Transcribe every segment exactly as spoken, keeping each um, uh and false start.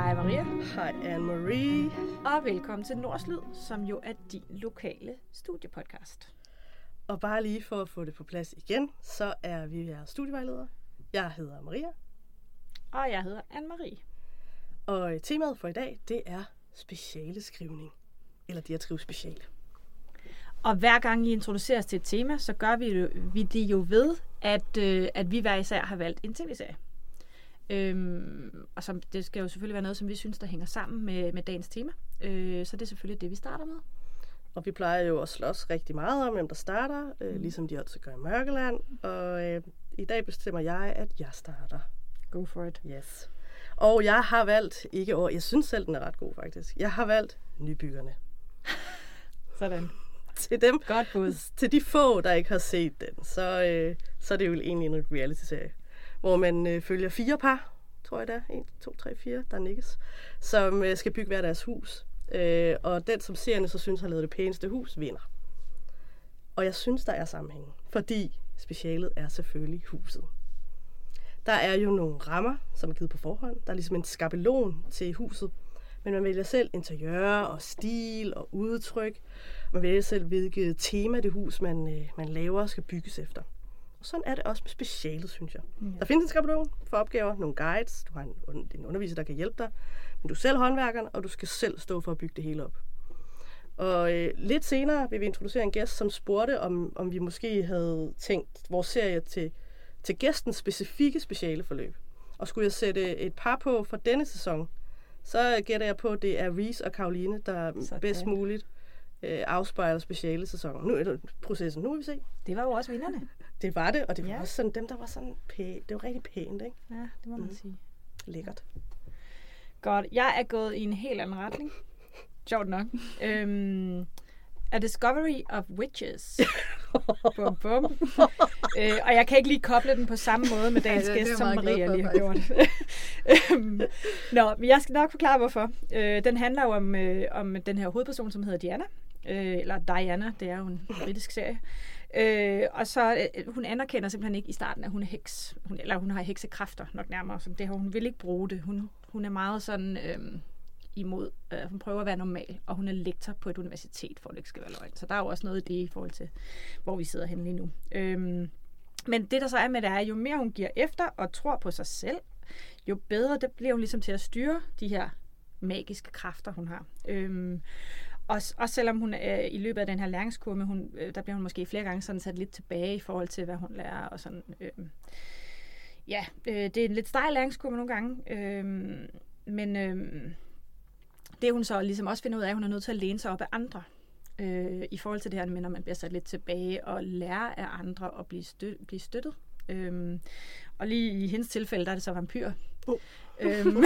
Hej Maria. Hej Anne-Marie. Og velkommen til Nordslyd, som jo er din lokale studiepodcast. Og bare lige for at få det på plads igen, så er vi jeres studievejledere. Jeg hedder Maria. Og jeg hedder Anne-Marie. Og temaet for i dag, det er specialeskrivning. Eller det at skrive speciale. Og hver gang I introduceres til et tema, så gør vi det, vi det jo ved, at, øh, at vi hver især har valgt en tv-serie. Øhm, og som, det skal jo selvfølgelig være noget, som vi synes, der hænger sammen med, med dagens tema. Øh, så det er selvfølgelig det, vi starter med. Og vi plejer jo at slås rigtig meget om, hvem der starter, øh, mm. ligesom de også gør i Mørkeland. Og øh, i dag bestemmer jeg, at jeg starter. Go for it. Yes. Og jeg har valgt, ikke over, jeg synes selv, den er ret god faktisk. Jeg har valgt Nybyggerne. Sådan. Til dem, godt bud. Til de få, der ikke har set den, så, øh, så er det jo egentlig en reality-serie, hvor man øh, følger fire par, tror jeg det er, en, to, tre, fire, der nikkes, som øh, skal bygge hver deres hus. Øh, og den, som seerne så synes har lavet det pæneste hus, vinder. Og jeg synes, der er sammenhæng, fordi specialet er selvfølgelig huset. Der er jo nogle rammer, som er givet på forhånd. Der er ligesom en skabelon til huset, men man vælger selv interiør og stil og udtryk. Man vælger selv, hvilket tema det hus, man, øh, man laver, skal bygges efter. Og sådan er det også med specialet, synes jeg. Ja. Der findes en skabelon for opgaver, nogle guides. Du har en, en underviser, der kan hjælpe dig. Men du er selv håndværkeren, og du skal selv stå for at bygge det hele op. Og øh, lidt senere vil vi introducere en gæst, som spurgte, om, om vi måske havde tænkt vores serie til, til gæstens specifikke speciale forløb. Og skulle jeg sætte et par på for denne sæson, så gætter jeg på, at det er Reese og Caroline, der sådan. bedst muligt øh, afspejler speciale sæsoner. Nu er det processen. Nu vil vi se. Det var jo også vinderne. Det var det, og det var ja. også sådan, dem, der var sådan pænt. Det var rigtig pænt, ikke? Ja, det må man mm. sige. Lækkert. Godt. Jeg er gået i en helt anden retning. Sjovt nok. øhm, A Discovery of Witches. bum, bum. øh, og jeg kan ikke lige koble den på samme måde med dagens ja, gæst, som Maria lige har gjort. øhm, Nå, men jeg skal nok forklare, hvorfor. Øh, den handler jo om, øh, om den her hovedperson, som hedder Diana. Øh, eller Diana, det er jo en britisk serie. Øh, og så, øh, hun anerkender simpelthen ikke i starten, at hun er heks. Hun, eller hun har heksekræfter nok nærmere. Så det her, hun vil ikke bruge det. Hun, hun er meget sådan... Øh, imod. Øh, hun prøver at være normal, og hun er lektor på et universitet, for at det ikke skal være løgn. Så der er jo også noget i det i forhold til, hvor vi sidder henne lige nu. Øhm, men det, der så er med det, er, jo mere hun giver efter og tror på sig selv, jo bedre det bliver hun ligesom til at styre de her magiske kræfter, hun har. Øhm, også, også selvom hun er i løbet af den her læringskurve, hun, øh, der bliver hun måske flere gange sådan sat lidt tilbage i forhold til, hvad hun lærer. Og sådan, øh, ja, øh, det er en lidt stejl læringskurve nogle gange, øh, men... Øh, Det hun så ligesom også finder ud af, at hun er nødt til at læne sig op af andre. Øh, I forhold til det her, når man bliver sat lidt tilbage og lære af andre og blive, støt, blive støttet. Øhm, og lige i hendes tilfælde, der er det så vampyr. Oh. Øhm,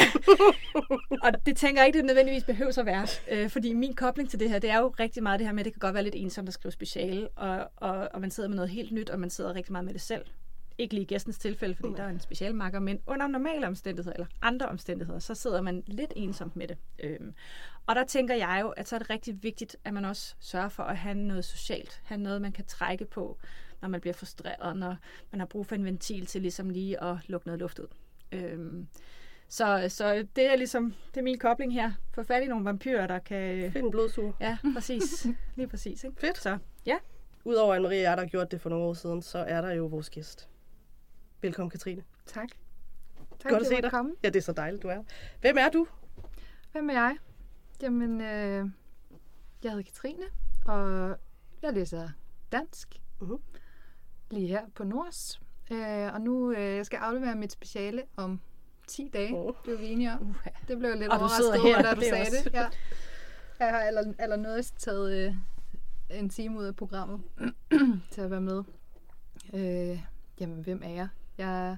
og det tænker jeg ikke, det nødvendigvis behøver at være. Øh, fordi min kobling til det her, det er jo rigtig meget det her med, at det kan godt være lidt ensomt at skrive speciale. Og, og, og man sidder med noget helt nyt, og man sidder rigtig meget med det selv. Ikke lige i gæstens tilfælde, fordi mm. der er en specialmakker, men under normale omstændigheder, eller andre omstændigheder, så sidder man lidt ensomt med det. Øhm. Og der tænker jeg jo, at så er det rigtig vigtigt, at man også sørger for at have noget socialt. Have noget, man kan trække på, når man bliver frustreret, når man har brug for en ventil til ligesom lige at lukke noget luft ud. Øhm. Så, så det er ligesom, det er min kobling her. Få fat i nogle vampyrer, der kan... Find en blodsuger. Ja, præcis. Lige præcis. Ikke? Fedt. Så, ja. Udover Anne-Marie og jeg, der har gjort det for nogle år siden, så er der jo vores gæst. Velkommen, Katrine. Tak. Tak Godt at se dig. Komme. Ja, det er så dejligt, du er. Hvem er du? Hvem er jeg? Jamen, øh, jeg hedder Katrine, og jeg læser dansk. Uh-huh. Lige her på Nords. Øh, og nu øh, jeg skal aflevere mit speciale om ti dage. Uh. Det var vi enige om. Uh. Det blev jeg lidt og overrasket over, da du det sagde også. det. Ja. Jeg har aller, allernødigst taget øh, en time ud af programmet til at være med. Øh, jamen, hvem er jeg? Jeg,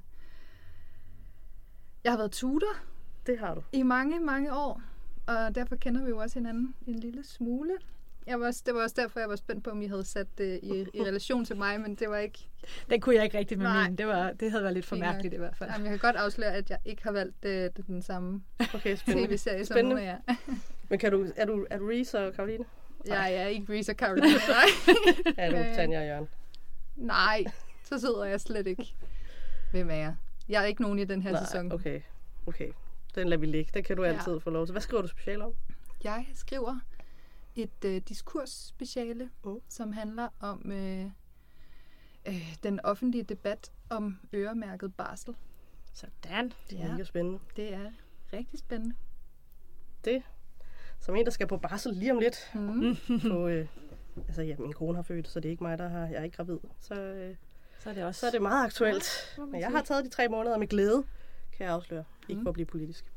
jeg har været tutor. Det har du. I mange, mange år. Og derfor kender vi jo også hinanden en lille smule. Jeg var også, det var også derfor, jeg var spændt på, om I havde sat det i, i relation til mig, men det var ikke... Den kunne jeg ikke rigtig med min. Det, var, det havde været lidt for mærkeligt i hvert fald. Jamen, jeg kan godt afsløre, at jeg ikke har valgt det, det den samme okay, tv-serie som nogen af jer. Men kan du, er, du, er du Reese og Caroline? Ja, jeg er ikke Reese og Caroline. Nej. Er du Tanja og Jørgen? Nej, så sidder jeg slet ikke. Hvem er jeg? Jeg er ikke nogen i den her Nej, sæson. okay. Okay. Den lader vi ligge. Den kan du Ja. altid få lov til. Hvad skriver du speciale om? Jeg skriver et øh, diskursspeciale, Mm. som handler om øh, øh, den offentlige debat om øremærket barsel. Sådan. Det er Ja. mega spændende. Det er rigtig spændende. Det, som en, der skal på barsel lige om lidt. Mm. på, øh, altså, ja, min kone har født, så det er ikke mig, der har... Jeg er ikke gravid. Så, øh, Så er det også. så er det meget aktuelt. Ja, må man Men jeg sige. har taget de tre måneder med glæde, kan jeg afsløre. Ikke Mm. for at blive politisk.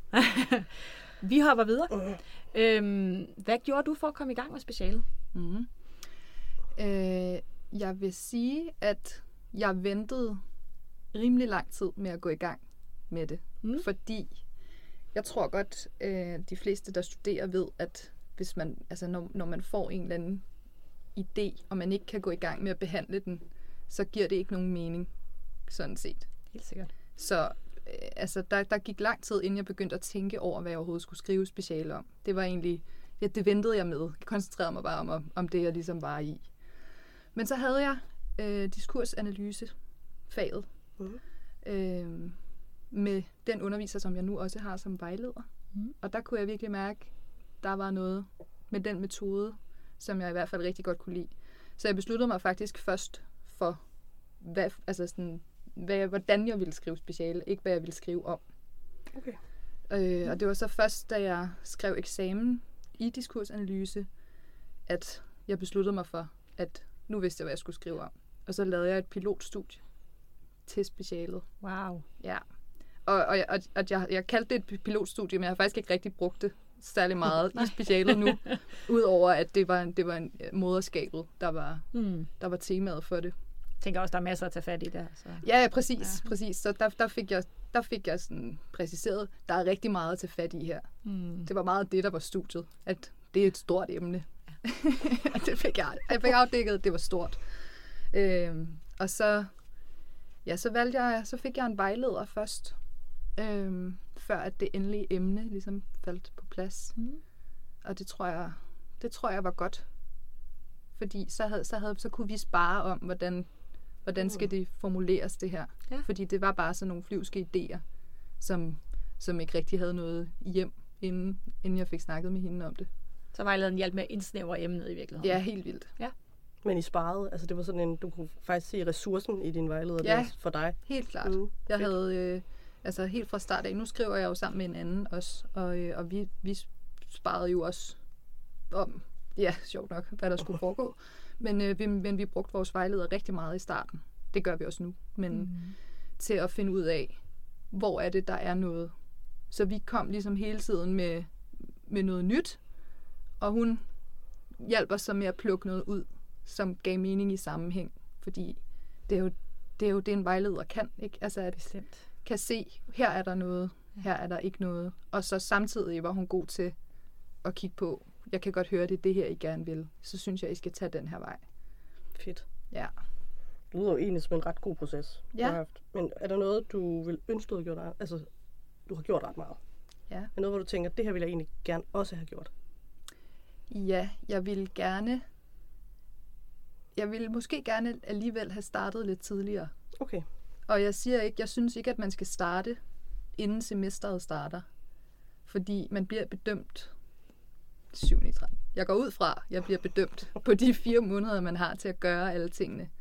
Vi hopper videre. Mm. Øhm, hvad gjorde du for at komme i gang med specialet? Mm. Øh, jeg vil sige, at jeg ventede rimelig lang tid med at gå i gang med det. Mm. Fordi jeg tror godt, øh, de fleste, der studerer, ved, at hvis man, altså når, når man får en eller anden idé, og man ikke kan gå i gang med at behandle den, så giver det ikke nogen mening, sådan set. Helt sikkert. Så øh, altså, der, der gik lang tid, inden jeg begyndte at tænke over, hvad jeg overhovedet skulle skrive speciale om. Det var egentlig, ja, det ventede jeg med. Jeg koncentrerede mig bare om, om det, jeg ligesom var i. Men så havde jeg øh, diskursanalyse-faget Mm. øh, med den underviser, som jeg nu også har som vejleder. Mm. Og der kunne jeg virkelig mærke, der var noget med den metode, som jeg i hvert fald rigtig godt kunne lide. Så jeg besluttede mig faktisk først for, hvad, altså sådan, hvad, hvordan jeg ville skrive speciale, ikke hvad jeg ville skrive om. Okay. Øh, og det var så først, da jeg skrev eksamen i diskursanalyse, at jeg besluttede mig for, at nu vidste jeg, hvad jeg skulle skrive om. Og så lavede jeg et pilotstudie til specialet. Wow. Ja. Og, og, og, og jeg, jeg kaldte det et pilotstudie, men jeg har faktisk ikke rigtig brugt det særlig meget i specialet nu. Udover at det var, det var en moderskabet, der var, Mm. der var temaet for det. Jeg tænker også, der er masser at tage fat i der. Så. Ja, ja, præcis. Ja. præcis. Så der, der fik jeg, der fik jeg sådan præciseret, der er rigtig meget at tage fat i her. Mm. Det var meget det, der var studiet. At det er et stort emne. det fik jeg, jeg fik afdækket, at det var stort. Øhm, og så, ja, så valgte jeg, så fik jeg en vejleder først, øhm, før at det endelige emne ligesom faldt på plads. Mm. Og det tror jeg, det tror jeg var godt. Fordi så, havde, så, havde, så kunne vi spare om, hvordan, hvordan skal det formuleres, det her. Ja. Fordi det var bare sådan nogle flyvske idéer, som, som ikke rigtig havde noget hjem, inden, inden jeg fik snakket med hende om det. Så vejlederen hjalp med at indsnævre emnet i virkeligheden. Ja, helt vildt. Men I sparede, altså det var sådan en, du kunne faktisk se ressourcen i din vejleder Ja. der for dig. Helt klart. Mm, Jeg fedt. havde, øh, altså helt fra start af, nu skriver jeg jo sammen med en anden også, og, øh, og vi, vi sparede jo også om, ja, sjovt nok, hvad der skulle foregå. Men, øh, vi, men vi brugte vores vejleder rigtig meget i starten. Det gør vi også nu. Men Mm. til at finde ud af, hvor er det, der er noget. Så vi kom ligesom hele tiden med, med noget nyt, og hun hjalp os så med at plukke noget ud, som gav mening i sammenhæng. Fordi det er jo det, er jo det en vejleder kan, ikke? Altså at Bestemt. kan se, her er der noget, her er der ikke noget. Og så samtidig var hun god til at kigge på, jeg kan godt høre, det er det her, I gerne vil. Så synes jeg, I skal tage den her vej. Fedt. Ja. Det lyder jo egentlig som en ret god proces, du Ja. har haft. Men er der noget, du vil ønske, du havde gjort? Altså, du har gjort ret meget. Ja. Er noget, hvor du tænker, det her vil jeg egentlig gerne også have gjort? Ja, jeg ville gerne... Jeg ville måske gerne alligevel have startet lidt tidligere. Okay. Og jeg siger ikke, jeg synes ikke, at man skal starte, inden semesteret starter. Fordi man bliver bedømt syv ni tretten. Jeg går ud fra, jeg bliver bedømt på de fire måneder, man har til at gøre alle tingene.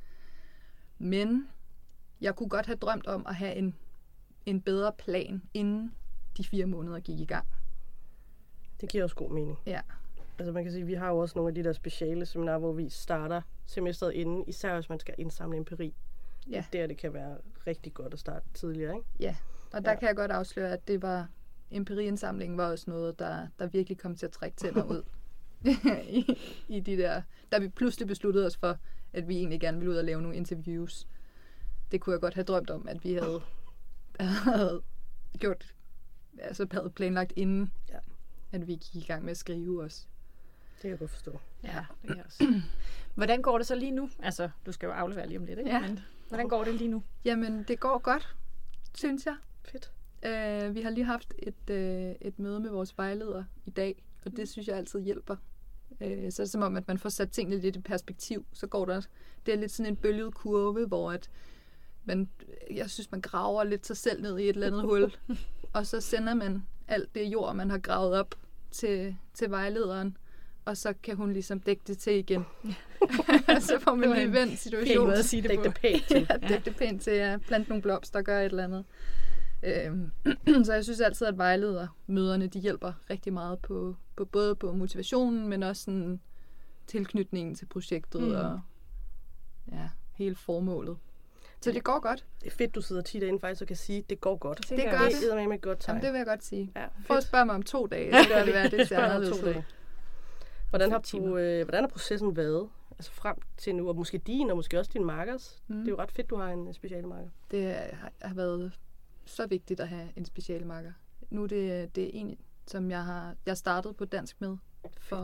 Men jeg kunne godt have drømt om at have en, en bedre plan, inden de fire måneder gik i gang. Det giver også god mening. Ja. Altså man kan sige, vi har jo også nogle af de der speciale seminarer, hvor vi starter semesteret inden, især hvis man skal indsamle empiri. Ja. Der det kan være rigtig godt at starte tidligere, ikke? Ja, og der Ja. ja. kan jeg godt afsløre, at det var empiriindsamlingen var også noget, der, der virkelig kom til at trække tænder ud. I, I de der, da vi pludselig besluttede os for, at vi egentlig gerne ville ud og lave nogle interviews. Det kunne jeg godt have drømt om, at vi havde, havde gjort, altså havde planlagt inden, Ja. at vi gik i gang med at skrive os. Det kan jeg godt forstå. Ja, det kan jeg også. Hvordan går det så lige nu? Altså, du skal jo aflevere lige om lidt, ikke? Ja. Men hvordan går det lige nu? Jamen, det går godt, synes jeg. Fedt. Uh, vi har lige haft et, uh, et møde med vores vejleder i dag, og det synes jeg altid hjælper. Uh, så er det som om, at man får sat tingene lidt i perspektiv. Så går der, det er lidt sådan en bølget kurve, hvor at man, jeg synes, man graver lidt sig selv ned i et eller andet hul, og så sender man alt det jord, man har gravet op til, til vejlederen, og så kan hun ligesom dække det til igen. Så får man lige vendt situationen. At sige det Dække på. det pænt til. Ja, dække det pænt til at plante nogle blomster og gøre et eller andet. Øhm, så jeg synes altid, at vejledermøderne, de hjælper rigtig meget på, på både på motivationen, men også sådan tilknytningen til projektet mm. og ja, hele formålet. Så det går godt. Det er fedt, du sidder tit derinde faktisk og kan sige, at det går godt. Det, det gør det. det. Det er med et godt tegn. Jamen, det vil jeg godt sige. Ja, prøv at spørge mig om to dage, så kan det være, det ser anderledes ud. Hvordan har, du, øh, hvordan har processen været? Altså frem til nu, og måske din, og måske også din markers. Mm. Det er jo ret fedt, du har en specialmarker. Det har, har været så vigtigt at have en specialmarker. Nu er det, det er en, som jeg har jeg startet på dansk med. For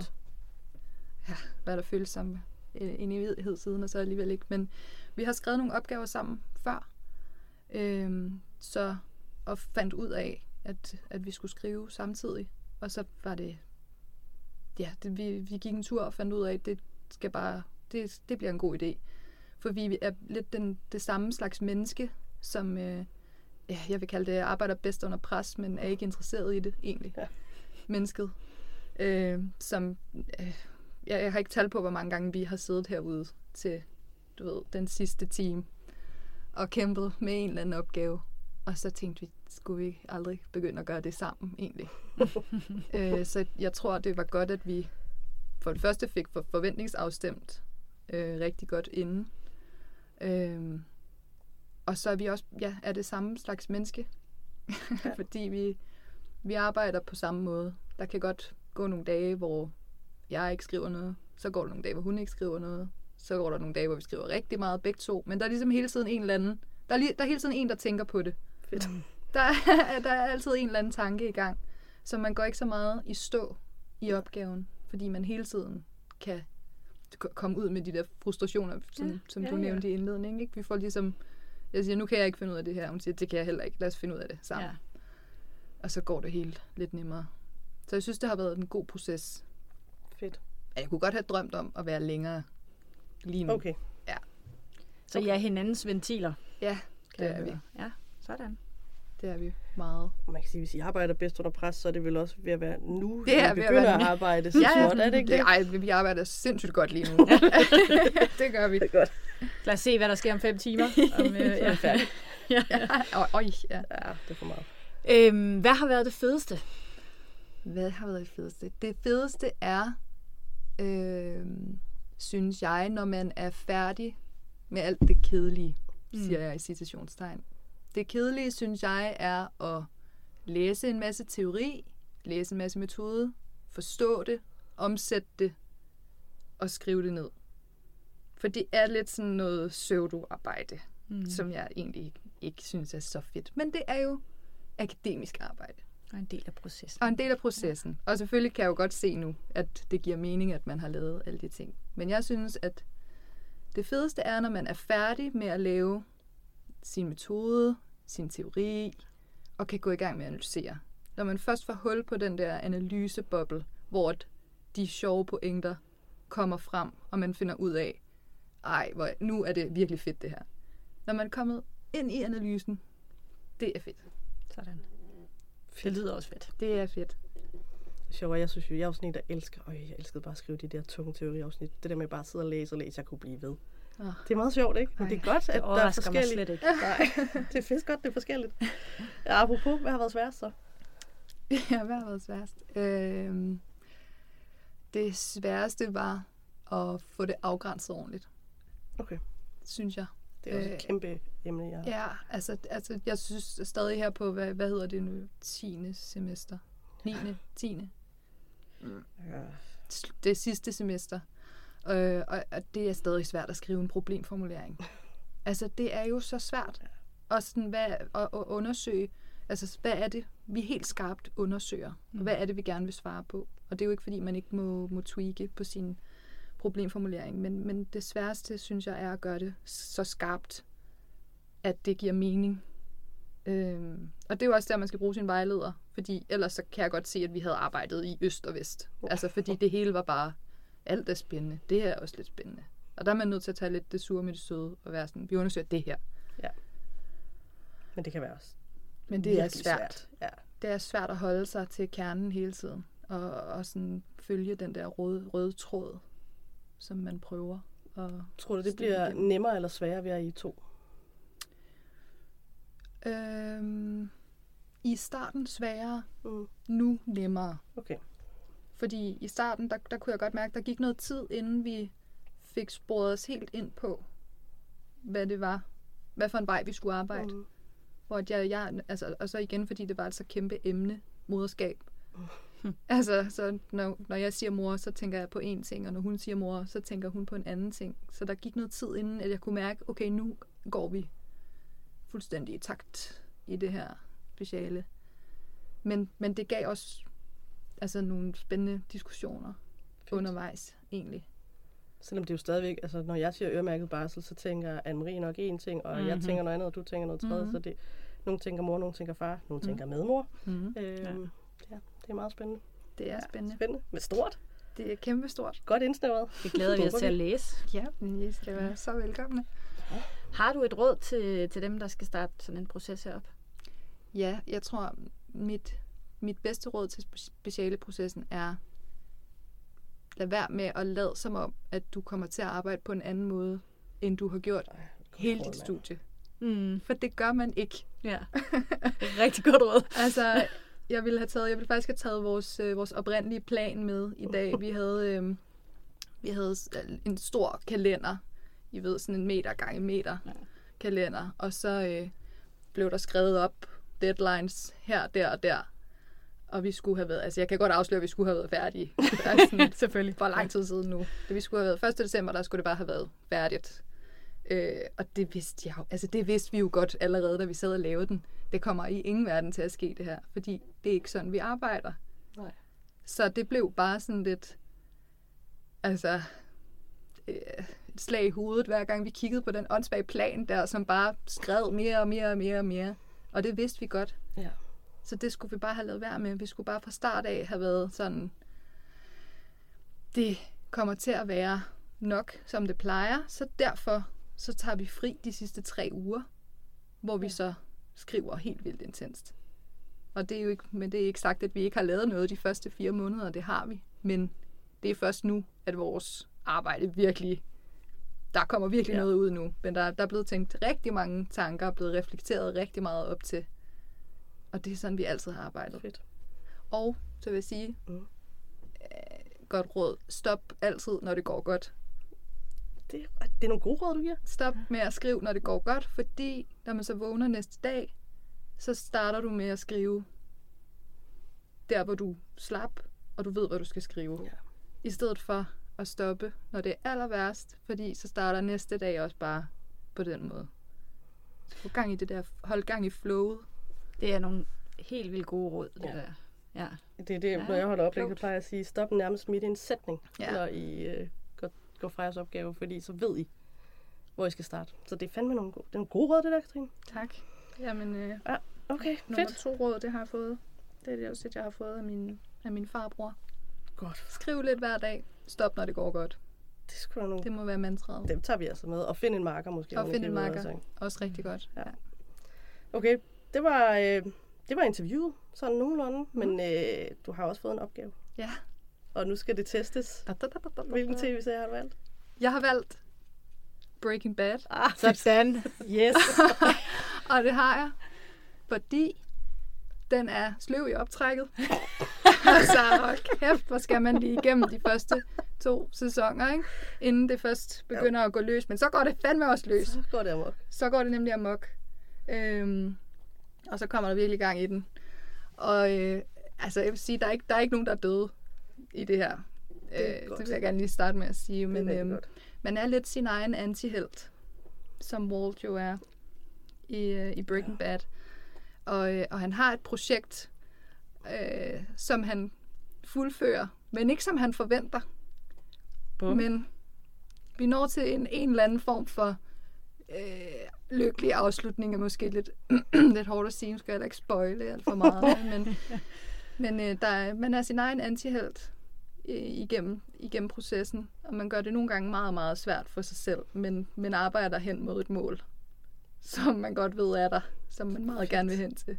ja, hvad der føles som en evighed siden, og så alligevel ikke. Men vi har skrevet nogle opgaver sammen før. Øhm, så, og fandt ud af, at, at vi skulle skrive samtidig. Og så var det, ja, det, vi, vi gik en tur og fandt ud af, at det skal bare, det, det bliver en god idé. For vi er lidt den, det samme slags menneske, som, øh, ja, jeg vil kalde det, arbejder bedst under pres, men er ikke interesseret i det egentlig. Ja. Mennesket. Øh, som, øh, jeg, jeg har ikke talt på, hvor mange gange vi har siddet herude til, du ved, den sidste time og kæmpet med en eller anden opgave. Og så tænkte vi, skulle vi aldrig begynde at gøre det sammen, egentlig. øh, så jeg tror, det var godt, at vi for det første fik for forventningsafstemt øh, rigtig godt inden. Øh, og så er vi også, ja, er det samme slags menneske. Fordi vi, vi arbejder på samme måde. Der kan godt gå nogle dage, hvor jeg ikke skriver noget. Så går der nogle dage, hvor hun ikke skriver noget. Så går der nogle dage, hvor vi skriver rigtig meget, begge to. Men der er ligesom hele tiden en eller anden. Der er, lige, der er hele tiden en, der tænker på det. Fedt. Der er, der er altid en eller anden tanke i gang. Så man går ikke så meget i stå i opgaven. Fordi man hele tiden kan komme ud med de der frustrationer, som, ja, som du ja, nævnte ja. i indledningen. Ikke? Vi får ligesom, jeg siger, nu kan jeg ikke finde ud af det her. Hun siger, det kan jeg heller ikke. Lad os finde ud af det sammen. Ja. Og så går det helt lidt nemmere. Så jeg synes, det har været en god proces. Fedt. Jeg kunne godt have drømt om at være længere lige nu. Okay. Ja. Så I er hinandens ventiler? Ja, det er vi. Ja, sådan. Det er vi meget. Man kan sige, hvis I arbejder bedst under pres, så er det vel også ved at være nu, det er vi begynder at, at arbejde så ja, småt, er det ikke det? Ej, vi arbejder sindssygt godt lige nu. Det gør vi. Det er godt. Lad os se, hvad der sker om fem timer. Om, øh, ja, færdig. ja. Øj, ja. ja, det er for meget. Øhm, hvad har været det fedeste? Hvad har været det fedeste? Det fedeste er, øh, synes jeg, når man er færdig med alt det kedelige, mm. siger jeg i citationstegn. Det kedelige, synes jeg, er at læse en masse teori, læse en masse metode, forstå det, omsætte det og skrive det ned. For det er lidt sådan noget pseudo-arbejde, mm. som jeg egentlig ikke, ikke synes er så fedt. Men det er jo akademisk arbejde. Og en del af processen. Og en del af processen. Ja. Og selvfølgelig kan jeg jo godt se nu, at det giver mening, at man har lavet alle de ting. Men jeg synes, at det fedeste er, når man er færdig med at lave sin metode, sin teori, og kan gå i gang med at analysere. Når man først får hul på den der analyseboble, hvor de sjove pointer kommer frem, og man finder ud af, ej, hvor, nu er det virkelig fedt det her. Når man er kommet ind i analysen, det er fedt. Sådan. Det lyder også fedt. Det er fedt. Sjovt, jeg synes jo, jeg er sådan en, der elsker, øj, jeg elskede bare at skrive de der tunge teoriafsnit. Det der med bare at sidde og læse og læse, jeg kunne blive ved. Oh. Det er meget sjovt, ikke? Men det er godt, at der er forskellige. Slet ikke. Nej, det er fedt godt, det er forskelligt. Ja, apropos, hvad har været sværest så? Ja, hvad har været sværest? Øhm, det sværeste var at få det afgrænset ordentligt. Okay. Synes jeg. Det er også et kæmpe emne, jeg har. Ja, altså, altså jeg synes stadig her på, hvad, hvad hedder det nu, tiende semester? niende tiende Mm. Ja. Det sidste semester. Øh, og, og det er stadig svært at skrive en problemformulering. Altså, det er jo så svært at, sådan, hvad, at, at undersøge, altså, hvad er det, vi helt skarpt undersøger, og hvad er det, vi gerne vil svare på. Og det er jo ikke, fordi man ikke må, må tweake på sin problemformulering, men, men det sværeste, synes jeg, er at gøre det så skarpt, at det giver mening. Øhm, og det er jo også der, man skal bruge sin vejleder, fordi ellers så kan jeg godt se, at vi havde arbejdet i øst og vest. Altså, fordi det hele var bare, alt er spændende. Det er også lidt spændende. Og der er man nødt til at tage lidt det sure med det søde, og være sådan, vi undersøger det her. Ja. Men det kan være også Men det er svært. svært. Ja. det er svært at holde sig til kernen hele tiden, og, og sådan følge den der røde, røde tråd, som man prøver. Og tror du, det bliver igennem. Nemmere eller sværere ved at I to? Øhm, I starten sværere, mm. nu nemmere. Okay. Fordi i starten, der, der kunne jeg godt mærke, der gik noget tid, inden vi fik sporet os helt ind på, hvad det var, hvad for en vej vi skulle arbejde. Mm. Hvor jeg, jeg, altså, og så igen, fordi det var et så kæmpe emne, moderskab. Mm. Altså, så når, når jeg siger mor, så tænker jeg på én ting, og når hun siger mor, så tænker hun på en anden ting. Så der gik noget tid inden, at jeg kunne mærke, okay, nu går vi fuldstændig i takt i det her speciale. Men, men det gav også altså, nogle spændende diskussioner Fedt. undervejs, egentlig. Selvom det er jo stadigvæk, altså når jeg siger øremærket barsel, så tænker Anne-Marie nok én ting, og mm-hmm. jeg tænker noget andet, og du tænker noget tredje, mm-hmm. så det, nogle tænker mor, nogle tænker far, nogle mm-hmm. tænker medmor. Mm-hmm. Øhm, ja. ja, det er meget spændende. Det er ja, spændende. Spændende, men stort. Det er kæmpe stort. Godt indsnævret. Det glæder vi os til at læse. Ja, I skal være så velkomne. Ja. Har du et råd til, til dem, der skal starte sådan en proces herop? Ja, jeg tror, mit, mit bedste råd til specialeprocessen er, lad være med at lade som om, at du kommer til at arbejde på en anden måde, end du har gjort Ej, hele dit studie. Mm. For det gør man ikke. Ja. Rigtig godt råd. Altså, jeg ville have taget, jeg ville faktisk have taget vores, øh, vores oprindelige plan med i dag. Vi havde, øh, vi havde en stor kalender. I ved, sådan en meter gange meter ja. kalender. Og så øh, blev der skrevet op deadlines her, der og der. Og vi skulle have været, altså jeg kan godt afsløre, at vi skulle have været færdige. Sådan, selvfølgelig. For lang tid siden nu. Det vi skulle have været første december, der skulle det bare have været færdigt. Øh, og det vidste jeg jo. Altså det vidste vi jo godt allerede, da vi sad og lavede den. Det kommer i ingen verden til at ske det her. Fordi det er ikke sådan, vi arbejder. Nej. Så det blev bare sådan lidt, altså øh, et slag i hovedet, hver gang vi kiggede på den åndssvage plan der, som bare skred mere og mere og mere og mere. Og det vidste vi godt. Ja. Så det skulle vi bare have lavet være med. Vi skulle bare fra start af have været sådan, det kommer til at være nok, som det plejer. Så derfor så tager vi fri de sidste tre uger, hvor vi så skriver helt vildt intenst. Og det er jo ikke, men det er ikke sagt, at vi ikke har lavet noget de første fire måneder, det har vi. Men det er først nu, at vores arbejde virkelig, der kommer virkelig ja. noget ud nu. Men der, der er blevet tænkt rigtig mange tanker, og blevet reflekteret rigtig meget op til. Og det er sådan, vi altid har arbejdet. Fedt. Og så vil jeg sige, mm. øh, godt råd, stop altid, når det går godt. Det, det er nogle gode råd, du giver. Stop med at skrive, når det går godt, fordi når man så vågner næste dag, så starter du med at skrive der, hvor du slap, og du ved, hvad du skal skrive. Ja. I stedet for at stoppe, når det er aller værst, fordi så starter næste dag også bare på den måde. Så få gang i det der, hold gang i flowet. Det er nogle helt vildt gode råd, det ja. der. Ja. Det er det, ja, når jeg holder oplæg, så plejer jeg at sige, stop nærmest midt i en sætning, ja. når I øh, går, går fra jeres opgave, fordi så ved I, hvor I skal starte. Så det er fandme nogle gode, det er nogle gode råd, det der, Katrine. Tak. Jamen, øh, ja, okay, nummer fedt. to råd, det har jeg fået. Det er det også, jeg har fået af min, af min farbror. Godt. Skriv lidt hver dag. Stop, når det går godt. Det, skulle nogle... det må være mantraet. Dem tager vi altså med. Og find en marker måske. Og find en marker. Også, også rigtig godt. Ja. Okay, det var, øh, det var interviewet. Sådan nogenlunde. Mm. Men øh, du har også fået en opgave. Ja. Og nu skal det testes. Hvilken tv-serie har du valgt? Jeg har valgt Breaking Bad. Ah, sådan. Yes. Og det har jeg, fordi den er sløv i optrækket. Altså, hold kæft, hvor skal man lige igennem de første to sæsoner, ikke? Inden det først begynder ja. at gå løs. Men så går det fandme også løs. Så går det amok. Så går det nemlig amok. Øhm, og så kommer der virkelig gang i den. Og øh, altså, jeg vil sige, der er ikke, der er ikke nogen, der er døde i det her. Det, øh, det vil jeg gerne lige starte med at sige. Men er øhm, man er lidt sin egen antihelt, som Walt jo er i, øh, i Breaking ja. Bad. Og, øh, og han har et projekt, øh, som han fuldfører, men ikke som han forventer. Bum. Men vi når til en, en eller anden form for øh, lykkelig afslutning, er måske lidt, lidt hårdt at sige, nu skal jeg heller ikke spoile alt for meget, men, men øh, der er, man er sin egen antihelt øh, igennem, igennem processen, og man gør det nogle gange meget, meget svært for sig selv, men, men arbejder hen mod et mål, som man godt ved er der, som man meget gerne vil hen til.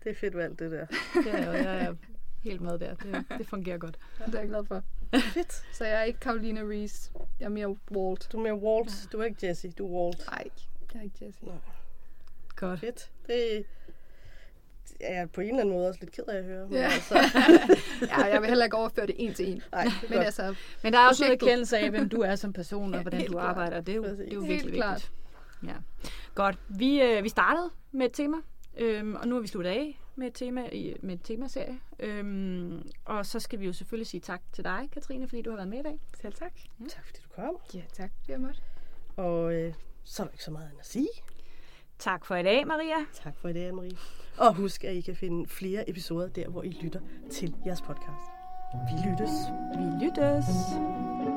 Det er fedt valgt, det der. Det er jo, jeg er helt med der. Det, det fungerer godt. Det er jeg glad for. Fedt. Så jeg er ikke Carolina Reese. Jeg er mere Walt. Du er mere Walt. Du er ikke Jessie, du er Walt. Nej, jeg er ikke Jessie. Nej. Godt. Fedt. Det er jeg på en eller anden måde også lidt ked af at høre. Men, Ja. altså, Ja, jeg vil heller ikke overføre det en til en. nej, det er Men godt. altså, Men der er også en projektet. erkendelse af, hvem du er som person, og hvordan Helt du klart. arbejder. Det er jo, Præcis. det er jo Helt virkelig klart. vigtigt. Ja. Godt. Vi, øh, vi startede med et tema, øhm, og nu er vi sluttet af med et tema i, med et temaserie. Øhm, og så skal vi jo selvfølgelig sige tak til dig, Katrine, fordi du har været med i dag. Selv tak. Tak fordi du kom. Ja, tak. Det er meget. Og øh, så er der ikke så meget andet at sige. Tak for i dag, Maria. Tak for i dag, Anne-Marie. Og husk, at I kan finde flere episoder der, hvor I lytter til jeres podcast. Vi lyttes. Vi lyttes.